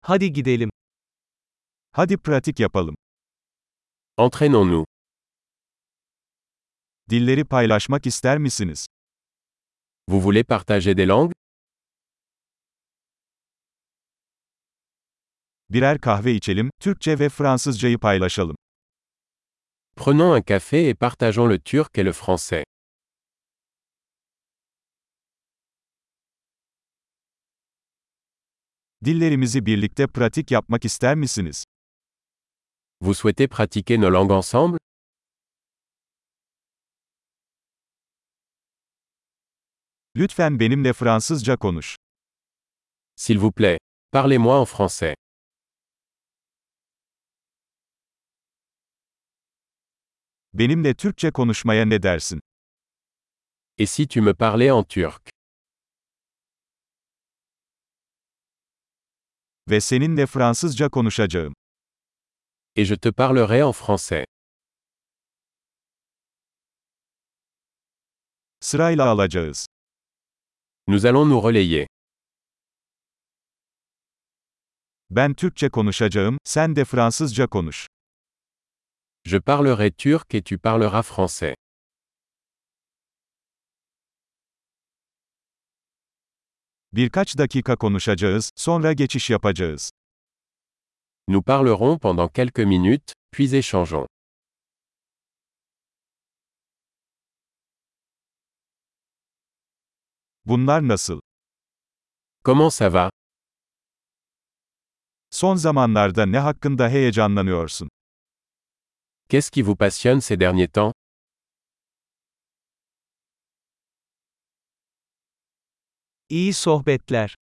Hadi gidelim. Hadi pratik yapalım. Entraînons-nous. Dilleri paylaşmak ister misiniz? Vous voulez partager des langues? Birer kahve içelim, Türkçe ve Fransızcayı paylaşalım. Prenons un café et partageons le turc et le français. Dillerimizi birlikte pratik yapmak ister misiniz? Vous souhaitez pratiquer nos langues ensemble? Lütfen benimle Fransızca konuş. S'il vous plaît, parlez-moi en français. Benimle Türkçe konuşmaya ne dersin? Et si tu me parlais en turc? Ve seninle Fransızca konuşacağım. Et je te parlerai en français. Sırayla alacağız. Nous allons nous relayer. Ben Türkçe konuşacağım, sen de Fransızca konuş. Je parlerai turc et tu parleras français. Birkaç dakika konuşacağız, sonra geçiş yapacağız. Nous parlerons pendant quelques minutes, puis échangeons. Bunlar nasıl? Comment ça va? Son zamanlarda ne hakkında heyecanlanıyorsun? Qu'est-ce qui vous passionne ces derniers temps? İyi sohbetler.